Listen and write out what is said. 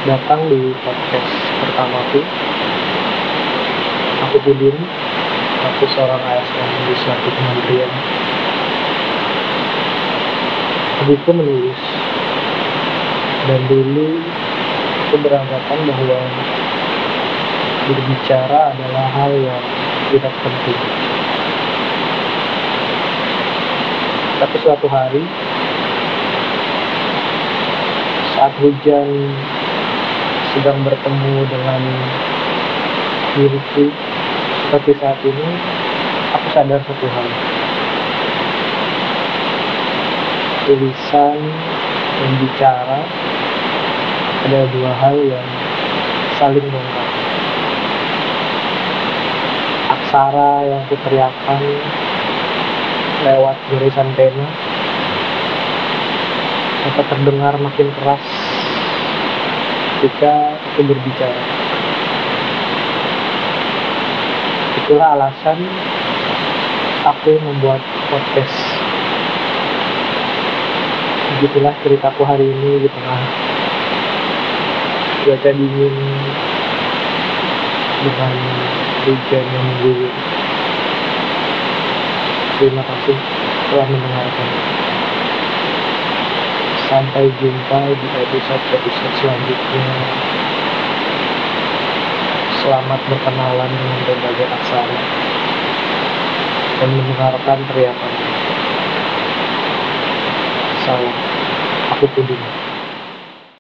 datang di podcast pertamaku. Aku Pudin, aku seorang ASN di suatu kementerian. Hobiku menulis, dan dulu aku beranggapan bahwa berbicara adalah hal yang tidak penting. Tapi suatu hari, saat hujan sedang bertemu dengan diriku seperti saat ini, aku sadar satu hal. Tulisan dan bicara adalah dua hal yang saling melengkapi. Aksara yang kuteriakkan lewat garisan pena dapat terdengar makin keras ketika aku berbicara. Itulah alasan aku membuat podcast. Begitulah ceritaku hari ini di tengah cuaca dingin dengan hujan yang mengguyur. Terima kasih telah mendengarkan. Sampai jumpa di episode selanjutnya. Selamat berkenalan dengan berbagai aksara dan mendengarkan teriakan. Salam, aku Pudin.